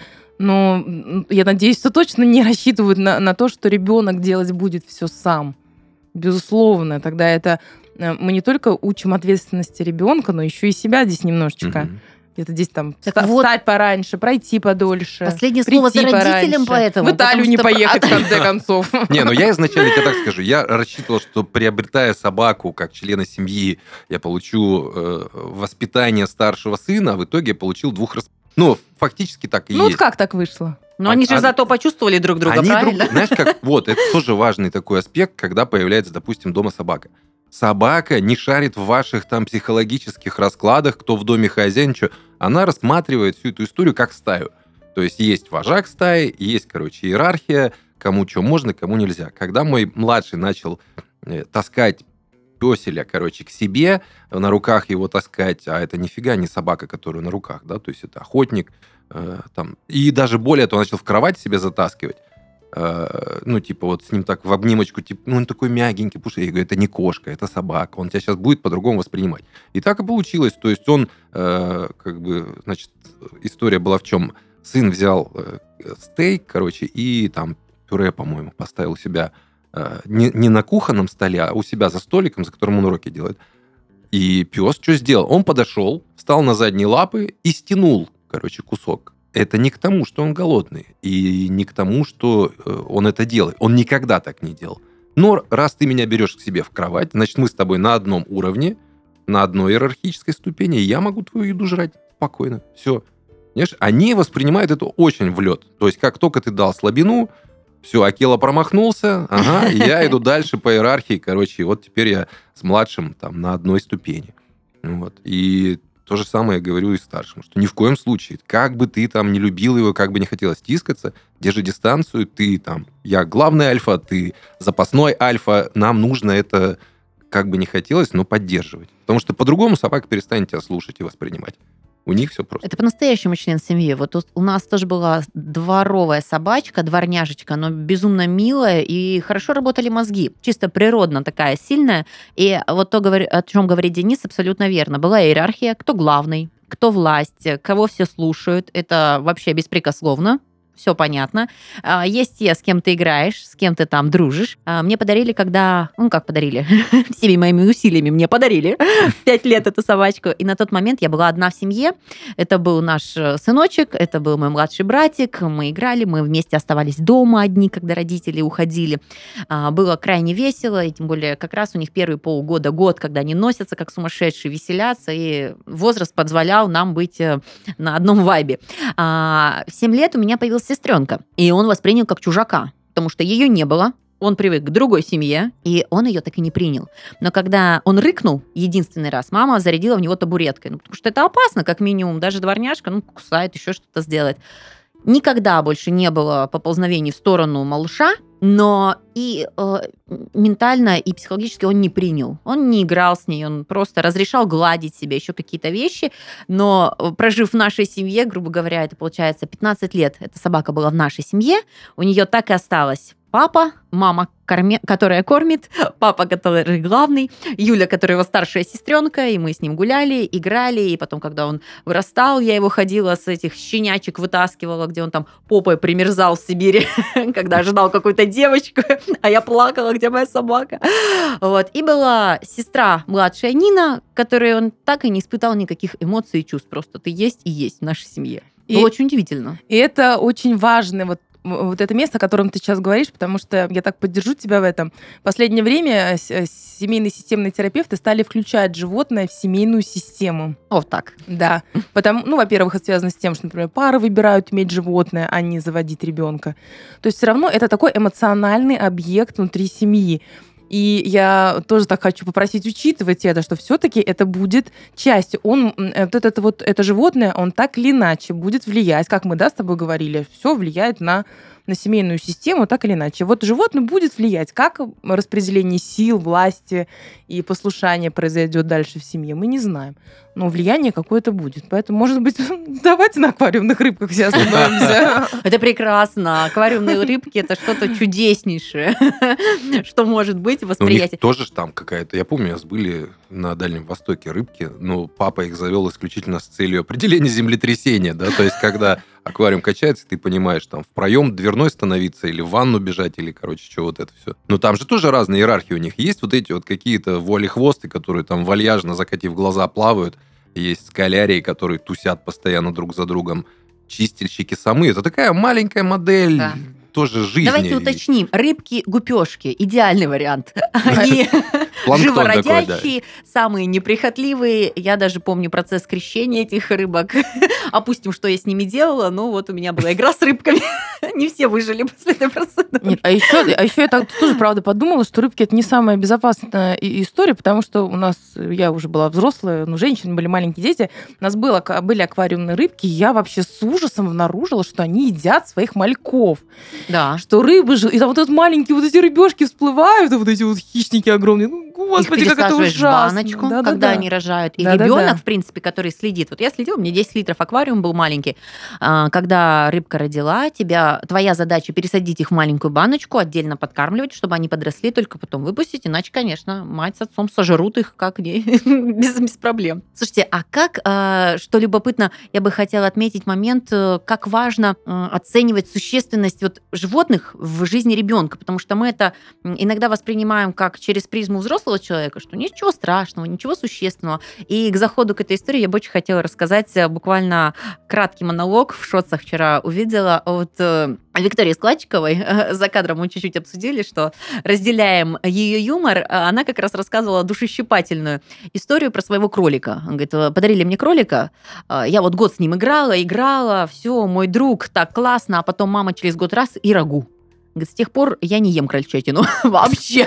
B: ну, я надеюсь, что точно не рассчитывают на, на то, что ребенок делать будет все сам. Безусловно, тогда это мы не только учим ответственности ребенка, но еще и себя здесь немножечко. Угу. Где-то здесь там
A: так
B: встать
A: вот,
B: пораньше, пройти подольше.
A: Последнее слово за родителям, поэтому.
B: В Италию не поехать, в конце концов.
C: Не, ну я изначально тебе так скажу. Я рассчитывал, что приобретая собаку как члена семьи, я получу э, воспитание старшего сына, а в итоге я получил двух рас... Ну, фактически так и
B: ну,
C: есть.
B: Ну, вот как так вышло?
A: Но а, они же а, зато почувствовали друг друга,
C: они
A: правильно?
C: Друг, знаешь, как... Вот, это тоже важный такой аспект, когда появляется, допустим, дома собака. Собака не шарит в ваших там психологических раскладах, кто в доме хозяин, что. Она рассматривает всю эту историю как стаю. То есть есть вожак стаи, есть, короче, иерархия, кому что можно, кому нельзя. Когда мой младший начал э, таскать пёселя, короче, к себе, на руках его таскать, а это нифига не собака, которая на руках, да, то есть это охотник, э, там, и даже более того, начал в кровать себе затаскивать, э, ну, типа, вот с ним так в обнимочку, типа, ну, он такой мягенький, пушистый. Я говорю, это не кошка, это собака, он тебя сейчас будет по-другому воспринимать. И так и получилось, то есть он, э, как бы, значит, история была в чем? Сын взял э, стейк, короче, и там пюре, по-моему, поставил у себя э, не, не на кухонном столе, а у себя за столиком, за которым он уроки делает. И пес что сделал? Он подошел, встал на задние лапы и стянул, короче, кусок. Это не к тому, что он голодный, и не к тому, что э, он это делает. Он никогда так не делал. Но раз ты меня берешь к себе в кровать, значит, мы с тобой на одном уровне, на одной иерархической ступени, и я могу твою еду жрать спокойно. Все. Понимаешь? Они воспринимают это очень в лед. То есть, как только ты дал слабину, все, Акела промахнулся, ага, я иду дальше по иерархии, короче, и вот теперь я с младшим там на одной ступени. Вот. И то же самое я говорю и старшим, что ни в коем случае, как бы ты там не любил его, как бы не хотелось тискаться, держи дистанцию, ты там, я главный альфа, ты запасной альфа, нам нужно это, как бы не хотелось, но поддерживать. Потому что по-другому собака перестанет тебя слушать и воспринимать. У них все просто.
A: Это по-настоящему член семьи. Вот у нас тоже была дворовая собачка, дворняжечка, но безумно милая, и хорошо работали мозги. Чисто природно такая сильная. И вот то, о чем говорит Денис, абсолютно верно. Была иерархия, кто главный, кто власть, кого все слушают. Это вообще беспрекословно. Все понятно. Есть те, с кем ты играешь, с кем ты там дружишь. Мне подарили, когда... Ну, как подарили? Всеми моими усилиями мне подарили. Пять лет эту собачку. И на тот момент я была одна в семье. Это был наш сыночек, это был мой младший братик. Мы играли, мы вместе оставались дома одни, когда родители уходили. Было крайне весело, и тем более как раз у них первые полгода, год, когда они носятся как сумасшедшие, веселятся, и возраст позволял нам быть на одном вайбе. В семь лет у меня появился сестренка, и он воспринял как чужака, потому что ее не было, он привык к другой семье, и он ее так и не принял. Но когда он рыкнул единственный раз, мама зарядила в него табуреткой, ну, потому что это опасно, как минимум, даже дворняжка, ну, кусает, еще что-то сделает. Никогда больше не было поползновений в сторону малыша, но и э, ментально, и психологически он не принял. Он не играл с ней, он просто разрешал гладить себе еще какие-то вещи, но прожив в нашей семье, грубо говоря, это получается пятнадцать лет, эта собака была в нашей семье, у нее так и осталось папа, мама, корме- которая кормит, папа, который главный, Юля, которая его старшая сестренка, и мы с ним гуляли, играли, и потом, когда он вырастал, я его ходила с этих щенячек вытаскивала, где он там попой примерзал в Сибири, когда ожидал какую-то девочку, а я плакала, где моя собака. Вот. И была сестра младшая Нина, которой он так и не испытал никаких эмоций и чувств. Просто ты есть и есть в нашей семье. Было
B: И-
A: очень удивительно.
B: И это очень важно, вот, вот это место, о котором ты сейчас говоришь, потому что я так поддержу тебя в этом. В последнее время с- э, семейные системные терапевты стали включать животное в семейную систему.
A: Вот так.
B: Да, потому, ну, во-первых, это связано с тем, что, например, пары выбирают иметь животное, а не заводить ребенка. То есть все равно это такой эмоциональный объект внутри семьи. И я тоже так хочу попросить учитывать это, что все-таки это будет частью. Он, м, вот это, вот, это животное, он так или иначе будет влиять, как мы, да, с тобой говорили, все влияет на, на семейную систему, так или иначе. Вот животное будет влиять, как распределение сил, власти и послушания произойдет дальше в семье, мы не знаем. Но влияние какое-то будет. Поэтому, может быть, давайте на аквариумных рыбках все остановимся.
A: Это прекрасно. Аквариумные рыбки – это что-то чудеснейшее, что может быть в
C: Но у них
A: восприятии.
C: тоже ж там какая-то... Я помню, у нас были на Дальнем Востоке рыбки, но папа их завел исключительно с целью определения землетрясения, да, то есть когда аквариум качается, ты понимаешь, там, в проем дверной становиться или в ванну бежать, или, короче, что вот это все. Но там же тоже разные иерархии у них. Есть вот эти вот какие-то вуалехвосты, которые там вальяжно, закатив глаза, плавают. Есть скалярии, которые тусят постоянно друг за другом. Чистильщики самы. Это такая маленькая модель
A: Да.
C: тоже жизни.
A: Давайте уточним. Рыбки-гупешки – идеальный вариант. Они
C: Планктон такой, да.
A: живородящие, самые неприхотливые. Я даже помню процесс крещения этих рыбок. Опустим, что я с ними делала. Ну, вот у меня была игра с рыбками. Не все выжили после этой процедуры.
B: Нет, а еще, а еще я так тоже, правда, подумала, что рыбки это не самая безопасная и- история, потому что у нас, я уже была взрослая, ну, женщины были маленькие дети, у нас было, были аквариумные рыбки, и я вообще с ужасом обнаружила, что они едят своих мальков.
A: Да.
B: Что рыбы же, и там вот этот маленькие вот эти рыбешки всплывают, а вот эти вот хищники огромные. Ну, господи,
A: Их
B: как это
A: пересаживаешь в
B: ужасно.
A: баночку,
B: Да-да-да.
A: когда они рожают. И
B: Да-да-да.
A: ребенок, в принципе, который следит. Вот я следила, у меня десять литров аквариум был маленький. А, Когда рыбка родила, тебя, твоя задача пересадить их в маленькую баночку, отдельно подкармливать, чтобы они подросли, только потом выпустить. Иначе, конечно, мать с отцом сожрут их как не без, без проблем. Слушайте, а как, а, что любопытно, я бы хотела отметить момент, э, как важно э, оценивать существенность вот животных в жизни ребенка, потому что мы это м, иногда воспринимаем как через призму взрослого человека, что ничего страшного, ничего существенного. И к заходу к этой истории я бы очень хотела рассказать э, буквально краткий монолог. В шотсах вчера увидела от э, Виктории Складчиковой. За кадром мы чуть-чуть обсудили, что разделяем ее юмор. Она как раз рассказывала душещипательную историю про своего кролика. Она говорит, подарили мне кролика, я вот год с ним играла, играла, все, мой друг, так классно, а потом мама через год раз и рагу. Говорит, с тех пор я не ем крольчатину вообще.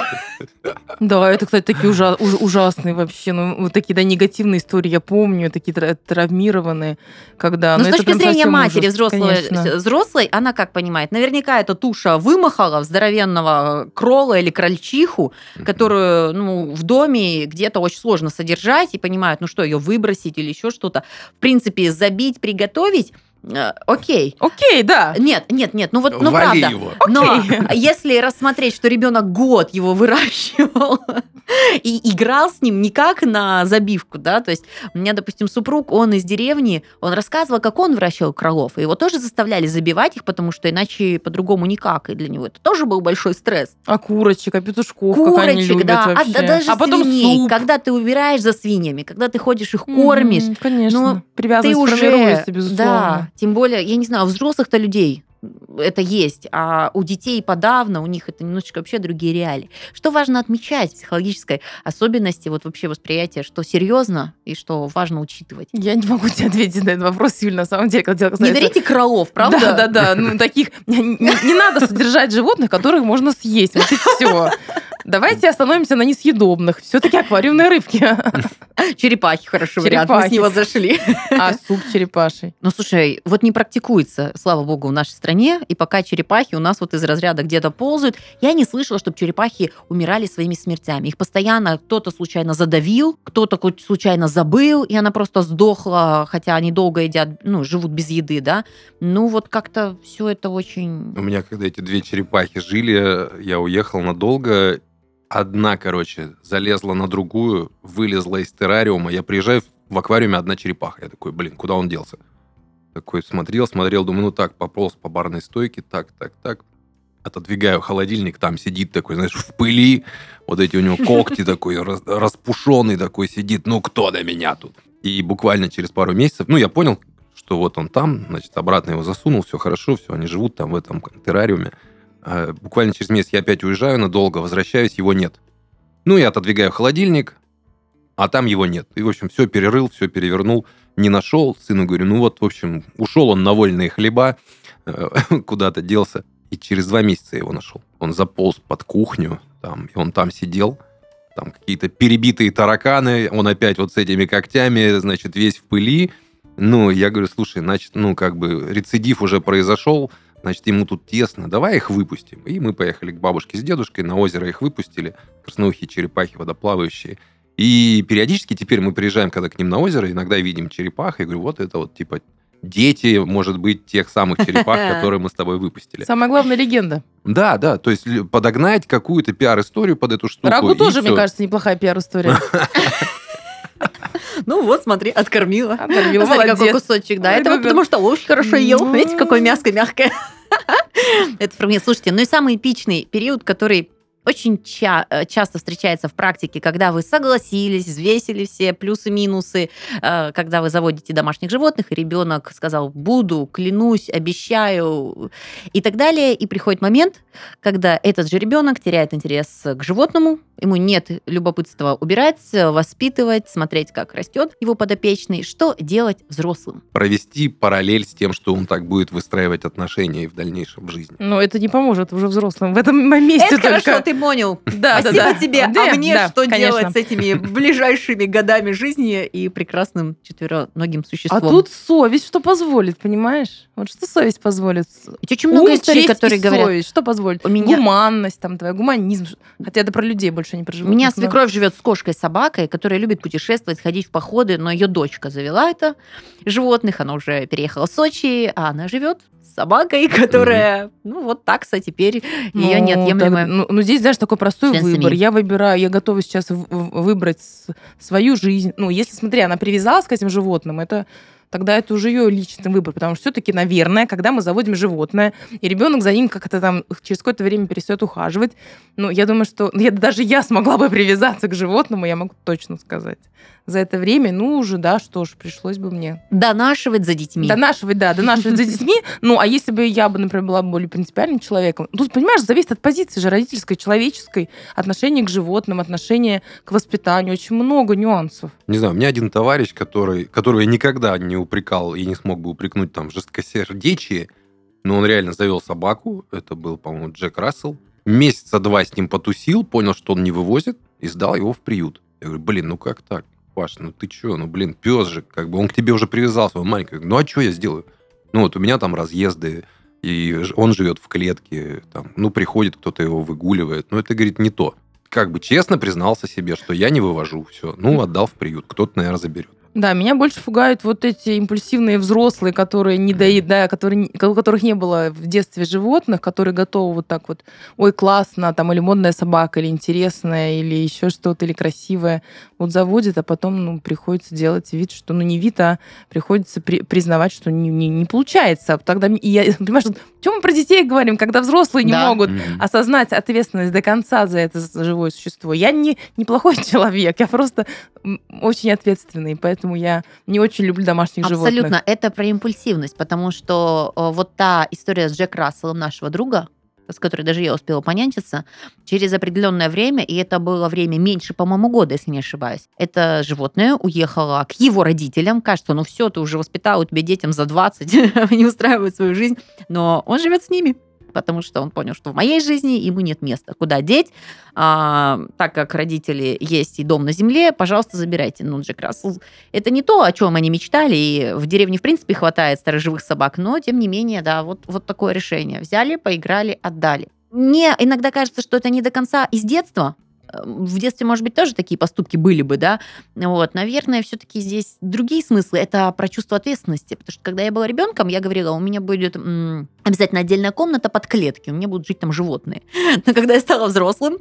B: Да, это, кстати, такие ужа- уж- ужасные вообще, ну, вот такие, да, негативные истории, я помню, такие тра- травмированные, когда...
A: Но
B: ну,
A: с
B: это
A: точки
B: прям
A: зрения
B: совсем
A: матери
B: ужас,
A: взрослой,
B: конечно.
A: взрослой, она как понимает? Наверняка эта туша вымахала в здоровенного крола или крольчиху, которую ну, в доме где-то очень сложно содержать, и понимают, ну что, ее выбросить или еще что-то. В принципе, забить, приготовить, э, окей.
B: Окей, да.
A: Нет, нет, нет, ну вот, ну
C: Вали
A: правда.
C: его.
A: Но
B: Окей.
A: если рассмотреть, что ребенок год его выращивал и играл с ним не как на забивку, да, то есть у меня, допустим, супруг, он из деревни, он рассказывал, как он выращивал кролов, и его тоже заставляли забивать их, потому что иначе по-другому никак, и для него это тоже был большой стресс.
B: А курочек, а петушков, как они
A: Курочек,
B: любят
A: да, а,
B: вообще.
A: да даже
B: а потом
A: свиней,
B: суп.
A: когда ты убираешь за свиньями, когда ты ходишь их кормишь,
B: Мгм, конечно.
A: ну,
B: Привязанность
A: ты уже,
B: формируется, безусловно.
A: да, тем более, я не знаю, у взрослых-то людей это есть, а у детей подавно, у них это немножечко вообще другие реалии. Что важно отмечать в психологической особенности вот вообще восприятия, что серьезно и что важно учитывать.
B: Я не могу тебе ответить на этот вопрос, Юль, на самом деле. Когда дело
A: Не
B: касается-
A: берите кролов, правда?
B: Да, да, да. Ну, таких не, не надо содержать животных, которых можно съесть. Вот и все. Давайте остановимся на несъедобных. Все-таки аквариумные рыбки.
A: Черепахи, хороший вариант. Мы с
B: Черепахи.
A: него зашли.
B: А суп черепаший.
A: Ну, слушай, вот не практикуется, слава богу, в нашей стране, и пока черепахи у нас вот из разряда где-то ползают, я не слышала, чтобы черепахи умирали своими смертями. Их постоянно кто-то случайно задавил, кто-то хоть случайно забыл, и она просто сдохла, хотя они долго едят, ну, живут без еды, да. Ну, вот как-то все это очень...
C: У меня, когда эти две черепахи жили, я уехал надолго. Одна, короче, залезла на другую, вылезла из террариума. Я приезжаю, в аквариуме одна черепаха. Я такой, блин, куда он делся? Такой смотрел, смотрел, думаю, ну так, пополз по барной стойке, так, так, так. Отодвигаю холодильник, там сидит такой, знаешь, в пыли. Вот эти у него когти такой, рас- распушенный такой сидит. Ну, кто до меня тут? И буквально через пару месяцев, ну, я понял, что вот он там, значит, обратно его засунул, все хорошо, все, они живут там в этом террариуме. А буквально через месяц я опять уезжаю надолго, возвращаюсь, его нет. Ну, я отодвигаю холодильник, а там его нет. И, в общем, все перерыл, все перевернул, не нашел. Сыну говорю, ну вот, в общем, ушел он на вольные хлеба, куда-то делся. И через два месяца я его нашел. Он заполз под кухню, там, и он там сидел. Там какие-то перебитые тараканы, он опять вот с этими когтями, значит, весь в пыли. Ну, я говорю, слушай, значит, ну, как бы рецидив уже произошел, значит, ему тут тесно, давай их выпустим. И мы поехали к бабушке с дедушкой, на озеро их выпустили, красноухие черепахи водоплавающие. И периодически теперь мы приезжаем, когда к ним на озеро, иногда видим черепах, и говорю, вот это вот, типа, дети, может быть, тех самых черепах, которые мы с тобой выпустили.
B: Самая главная легенда.
C: Да, да, то есть л- подогнать какую-то пиар-историю под эту штуку.
B: Рагу
C: и
B: тоже,
C: всё.
B: мне кажется, неплохая пиар-история.
A: Ну вот, смотри, откормила.
B: Откормила,
A: Смотри, какой
B: молодец.
A: кусочек, да.
B: Ой,
A: Это вот
B: да-да.
A: потому что ложь хорошо ел.
B: Ну.
A: Видите, какое мяско мягкое. Это фрагмент. Слушайте, ну и самый эпичный период, который очень ча- э, часто встречается в практике, когда вы согласились, взвесили все плюсы-минусы, э, когда вы заводите домашних животных, и ребенок сказал «буду», «клянусь», «обещаю» и так далее. И приходит момент, когда этот же ребенок теряет интерес к животному, ему нет любопытства убирать, воспитывать, смотреть, как растет его подопечный. Что делать взрослым?
C: Провести параллель с тем, что он так будет выстраивать отношения и в дальнейшем в жизни.
B: Но это не поможет уже взрослым. В этом месте
A: Это
B: только...
A: хорошо, ты понял.
B: Да, да,
A: Спасибо
B: да.
A: тебе.
B: Да,
A: А мне
B: да,
A: что
B: конечно.
A: делать с этими ближайшими годами жизни и прекрасным четвероногим
B: А
A: существом?
B: тут совесть что позволит, понимаешь? Вот что совесть позволит?
A: Ведь очень много
B: Ум,
A: историй,
B: честь
A: которые
B: и
A: говорят.
B: совесть. Что позволит?
A: У меня-
B: Гуманность, там, твоя гуманизм. Хотя это про людей больше, не про
A: У
B: животных.
A: меня
B: но-
A: свекровь живет с кошкой, собакой, которая любит путешествовать, ходить в походы, но ее дочка завела это животных, она уже переехала в Сочи, а она живет с собакой, которая, ну вот такса теперь ее
B: Ну,
A: неотъемлемая.
B: так, ну, ну, здесь, знаешь, такой простой
A: член
B: выбор.
A: семьи.
B: Я выбираю, я готова сейчас в- в- выбрать с- свою жизнь. Ну, если, смотри, она привязалась к этим животным, это тогда это уже ее личный выбор, потому что все-таки, наверное, когда мы заводим животное, и ребенок за ним как-то там через какое-то время перестает ухаживать, ну, я думаю, что я, даже я смогла бы привязаться к животному, я могу точно сказать. За это время, ну, уже, да, что ж, пришлось бы мне
A: Донашивать за детьми.
B: донашивать, да, донашивать за детьми. Ну, а если бы я бы, например, была более принципиальным человеком, тут, понимаешь, зависит от позиции же родительской, человеческой, отношения к животным, отношения к воспитанию, очень много нюансов.
C: Не знаю, у меня один товарищ, который, которого я никогда не упрекал и не смог бы упрекнуть там в жесткосердечии, но он реально завел собаку, это был, по-моему, Джек Рассел, месяца два с ним потусил, понял, что он не вывозит, и сдал его в приют. Я говорю, блин, ну как так? Паш, ну ты чё? Ну, блин, пес же, как бы он к тебе уже привязался, он маленький. Ну, а что я сделаю? Ну, вот у меня там разъезды, и ж- он живет в клетке, там, ну, приходит, кто-то его выгуливает. Но это, говорит, не то. Как бы честно признался себе, что я не вывожу, все. Ну, отдал в приют, кто-то, наверное, заберет.
B: Да, меня больше пугают вот эти импульсивные взрослые, которые не доедают, да, которые, не- у которых не было в детстве животных, которые готовы вот так вот, ой, классно, там, или модная собака, или интересная, или еще что-то, или красивое, вот заводит, а потом, ну, приходится делать вид, что, ну, не вид, а приходится при- признавать, что не, не, не получается. Тогда, и я, понимаешь, вот, чем мы про детей говорим, когда взрослые не
A: Да.
B: могут
C: Мгм.
B: осознать ответственность до конца за это живое существо. Я не неплохой человек, я просто м, очень ответственный, поэтому я не очень люблю домашних животных.
A: Абсолютно. Это про импульсивность, потому что э, вот та история с Джек Расселом, нашего друга, с которой даже я успела понянчиться, через определенное время, и это было время меньше, по-моему, года, если не ошибаюсь, это животное уехало к его родителям. Кажется, ну все, ты уже воспитал, у тебя детям за двадцать, они устраивают свою жизнь, но он живет с ними. потому что он понял, что в моей жизни ему нет места. Куда деть? А, так как родители есть и дом на земле, пожалуйста, забирайте. Ну, Джек Рассел – это не то, о чем они мечтали, и в деревне, в принципе, хватает сторожевых собак, но, тем не менее, да, вот, вот такое решение. Взяли, поиграли, отдали. Мне иногда кажется, что это не до конца из детства. В детстве, может быть, тоже такие поступки были бы, да. Вот, наверное, все-таки здесь другие смыслы. Это про чувство ответственности. Потому что, когда я была ребенком, я говорила, у меня будет м, обязательно отдельная комната под клетки, у меня будут жить там животные. Но когда я стала взрослым,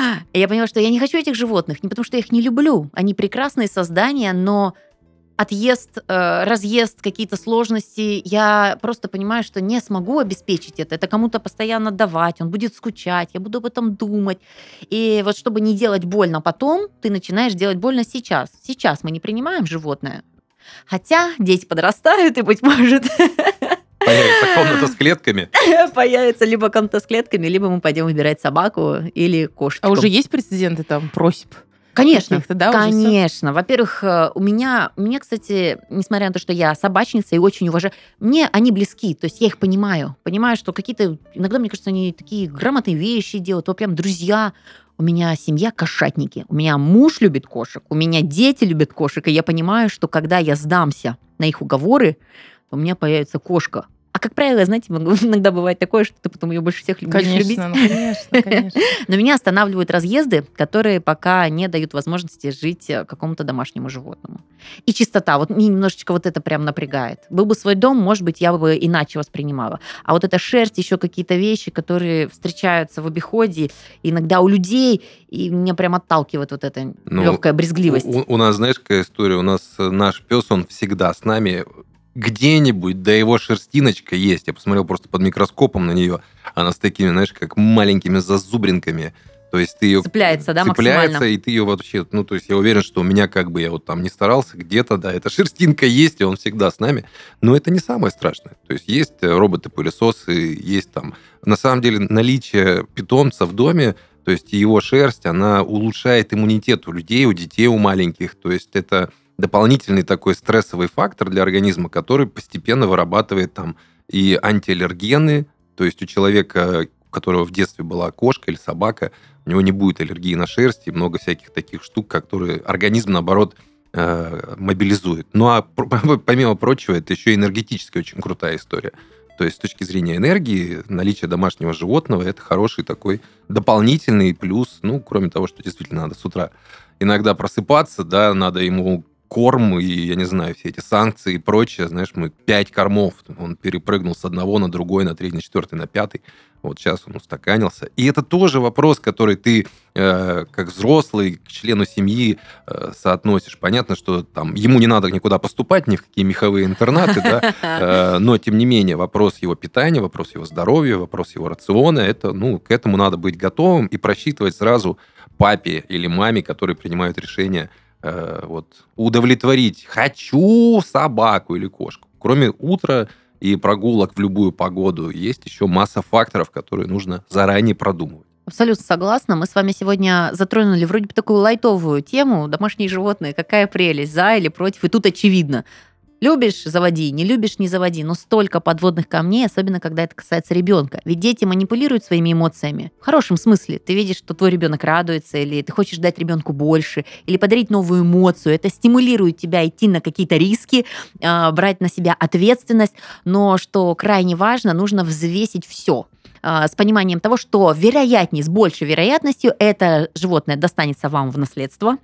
A: я поняла, что я не хочу этих животных. Не потому, что я их не люблю. Они прекрасные создания, но отъезд, э, разъезд, какие-то сложности, я просто понимаю, что не смогу обеспечить это. Это кому-то постоянно давать, он будет скучать, я буду об этом думать. И вот чтобы не делать больно потом, ты начинаешь делать больно сейчас. Сейчас мы не принимаем животное. Хотя дети подрастают, и, быть может...
C: Появится комната с клетками.
A: Появится либо комната с клетками, либо мы пойдем выбирать собаку или кошечку.
B: А уже есть прецеденты там, просьб?
A: Конечно,
B: да,
A: конечно. Во-первых, у меня, мне, кстати, несмотря на то, что я собачница и очень уважаю, мне они близки, то есть я их понимаю. Понимаю, что какие-то, иногда, мне кажется, они такие грамотные вещи делают, вот прям друзья. У меня семья кошатники, у меня муж любит кошек, у меня дети любят кошек, и я понимаю, что когда я сдамся на их уговоры, у меня появится кошка. А как правило, знаете, иногда бывает такое, что ты потом ее больше всех будешь
B: конечно,
A: любить.
B: Ну, конечно, конечно.
A: Но меня останавливают разъезды, которые пока не дают возможности жить какому-то домашнему животному. И чистота. Вот мне немножечко вот это прям напрягает. Был бы свой дом, может быть, я бы иначе воспринимала. А вот эта шерсть, еще какие-то вещи, которые встречаются в обиходе, иногда у людей, и меня прям отталкивает вот эта ну, легкая брезгливость.
C: У, у нас, знаешь, какая история? У нас наш пес, он всегда с нами... Где-нибудь, да его шерстиночка есть. Я посмотрел просто под микроскопом на нее. Она с такими, знаешь, как маленькими зазубринками. То есть ты ее...
A: Цепляется, да,
C: цепляется,
A: максимально?
C: И ты ее вообще... Ну, то есть я уверен, что у меня как бы я вот там не старался, где-то, да, эта шерстинка есть, и он всегда с нами. Но это не самое страшное. То есть есть роботы-пылесосы, есть там... На самом деле наличие питомца в доме, то есть его шерсть, она улучшает иммунитет у людей, у детей, у маленьких. То есть это... дополнительный такой стрессовый фактор для организма, который постепенно вырабатывает там и антиаллергены, то есть у человека, у которого в детстве была кошка или собака, у него не будет аллергии на шерсть и много всяких таких штук, которые организм, наоборот, э, мобилизует. Ну а помимо прочего, это еще и энергетическая очень крутая история. То есть с точки зрения энергии, наличие домашнего животного – это хороший такой дополнительный плюс, ну, кроме того, что действительно надо с утра иногда просыпаться, да, надо ему корм и, я не знаю, все эти санкции и прочее. Знаешь, мы пять кормов. Он перепрыгнул с одного на другой, на третий, на четвертый, на пятый. Вот сейчас он устаканился. И это тоже вопрос, который ты, э, как взрослый, к члену семьи э, соотносишь. Понятно, что там ему не надо никуда поступать, ни в какие меховые интернаты, да, э, но, тем не менее, вопрос его питания, вопрос его здоровья, вопрос его рациона, это, ну, к этому надо быть готовым и просчитывать сразу папе или маме, которые принимают решение вот, удовлетворить «хочу собаку или кошку». Кроме утра и прогулок в любую погоду, есть еще масса факторов, которые нужно заранее продумывать.
A: Абсолютно согласна. Мы с вами сегодня затронули вроде бы такую лайтовую тему «Домашние животные. Какая прелесть, за или против?» И тут очевидно. Любишь – заводи, не любишь – не заводи. Но столько подводных камней, особенно когда это касается ребенка. Ведь дети манипулируют своими эмоциями. В хорошем смысле. Ты видишь, что твой ребенок радуется, или ты хочешь дать ребенку больше, или подарить новую эмоцию. Это стимулирует тебя идти на какие-то риски, брать на себя ответственность. Но, что крайне важно, нужно взвесить все с пониманием того, что вероятнее, с большей вероятностью это животное достанется вам в наследство.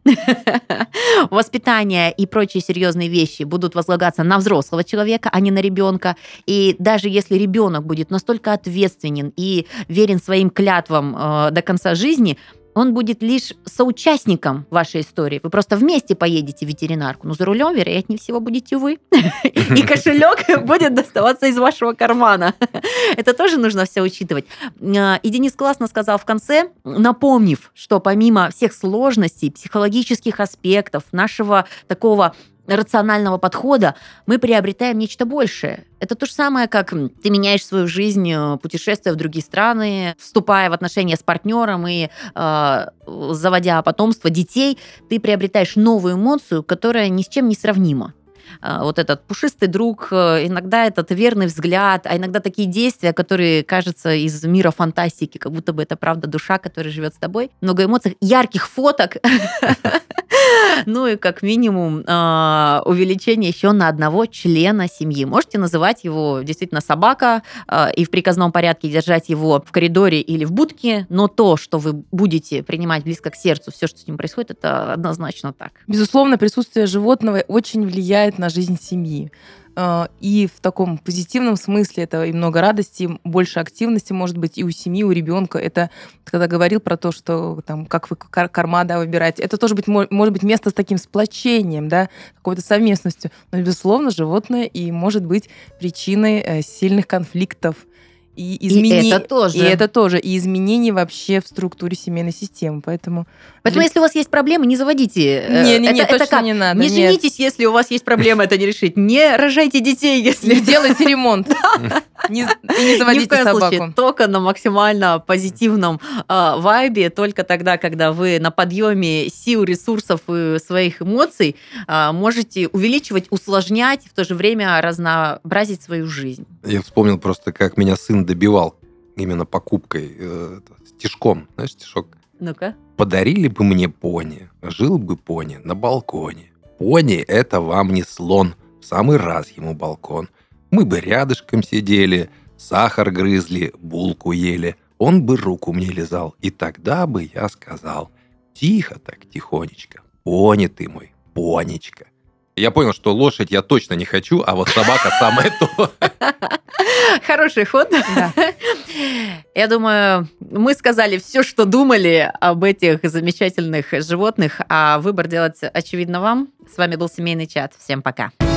A: Воспитание и прочие серьезные вещи будут возлагаться на взрослого человека, а не на ребенка. И даже если ребенок будет настолько ответственен и верен своим клятвам э, до конца жизни, он будет лишь соучастником вашей истории. Вы просто вместе поедете в ветеринарку, но за рулем, вероятнее всего, будете вы. И кошелек будет доставаться из вашего кармана. Это тоже нужно все учитывать. И Денис классно сказал в конце, напомнив, что помимо всех сложностей, психологических аспектов, нашего такого рационального подхода, мы приобретаем нечто большее. Это то же самое, как ты меняешь свою жизнь, путешествуя в другие страны, вступая в отношения с партнером и э, заводя потомство детей, ты приобретаешь новую эмоцию, которая ни с чем не сравнима. вот этот пушистый друг, иногда этот верный взгляд, а иногда такие действия, которые кажутся из мира фантастики, как будто бы это правда душа, которая живет с тобой. Много эмоций, ярких фоток. Ну и как минимум увеличение еще на одного члена семьи. Можете называть его действительно собака и в приказном порядке держать его в коридоре или в будке, но то, что вы будете принимать близко к сердцу, все, что с ним происходит, это однозначно так.
B: Безусловно, присутствие животного очень влияет на жизнь семьи. И в таком позитивном смысле это и много радости, больше активности может быть и у семьи, у ребенка. Это когда говорил про то, что там, как вы корма, да, выбираете, это тоже быть, может быть место с таким сплочением, да, какой-то совместностью. Но, безусловно, животное и может быть причиной сильных конфликтов. И, изменений,
A: и это тоже.
B: И это тоже. И изменений вообще в структуре семейной системы. Поэтому,
A: Поэтому если у вас есть проблемы, не заводите.
B: Не, не, не,
A: это,
B: точно
A: это как?
B: не надо.
A: Не
B: нет.
A: женитесь, если у вас есть проблемы, это не решить. Не рожайте детей, если...
B: Не делайте ремонт. Не, и не заводите
A: Ни в коем
B: собаку.
A: случае, только на максимально позитивном э, вайбе, только тогда, когда вы на подъеме сил, ресурсов и своих эмоций э, можете увеличивать, усложнять, в то же время разнообразить свою жизнь.
C: Я вспомнил просто, как меня сын добивал именно покупкой, э, стишком, знаешь, стишок?
A: Ну-ка.
C: Подарили бы мне пони, жил бы пони на балконе. Пони — это вам не слон, в самый раз ему балкон. Мы бы рядышком сидели, сахар грызли, булку ели. Он бы руку мне лизал, и тогда бы я сказал: тихо так, тихонечко, пони ты мой, понечка. Я понял, что лошадь я точно не хочу, а вот собака самое то.
A: Хороший ход.
B: Да.
A: Я думаю, мы сказали все, что думали об этих замечательных животных, а выбор делать очевидно вам. С вами был Семейный чат. Всем пока.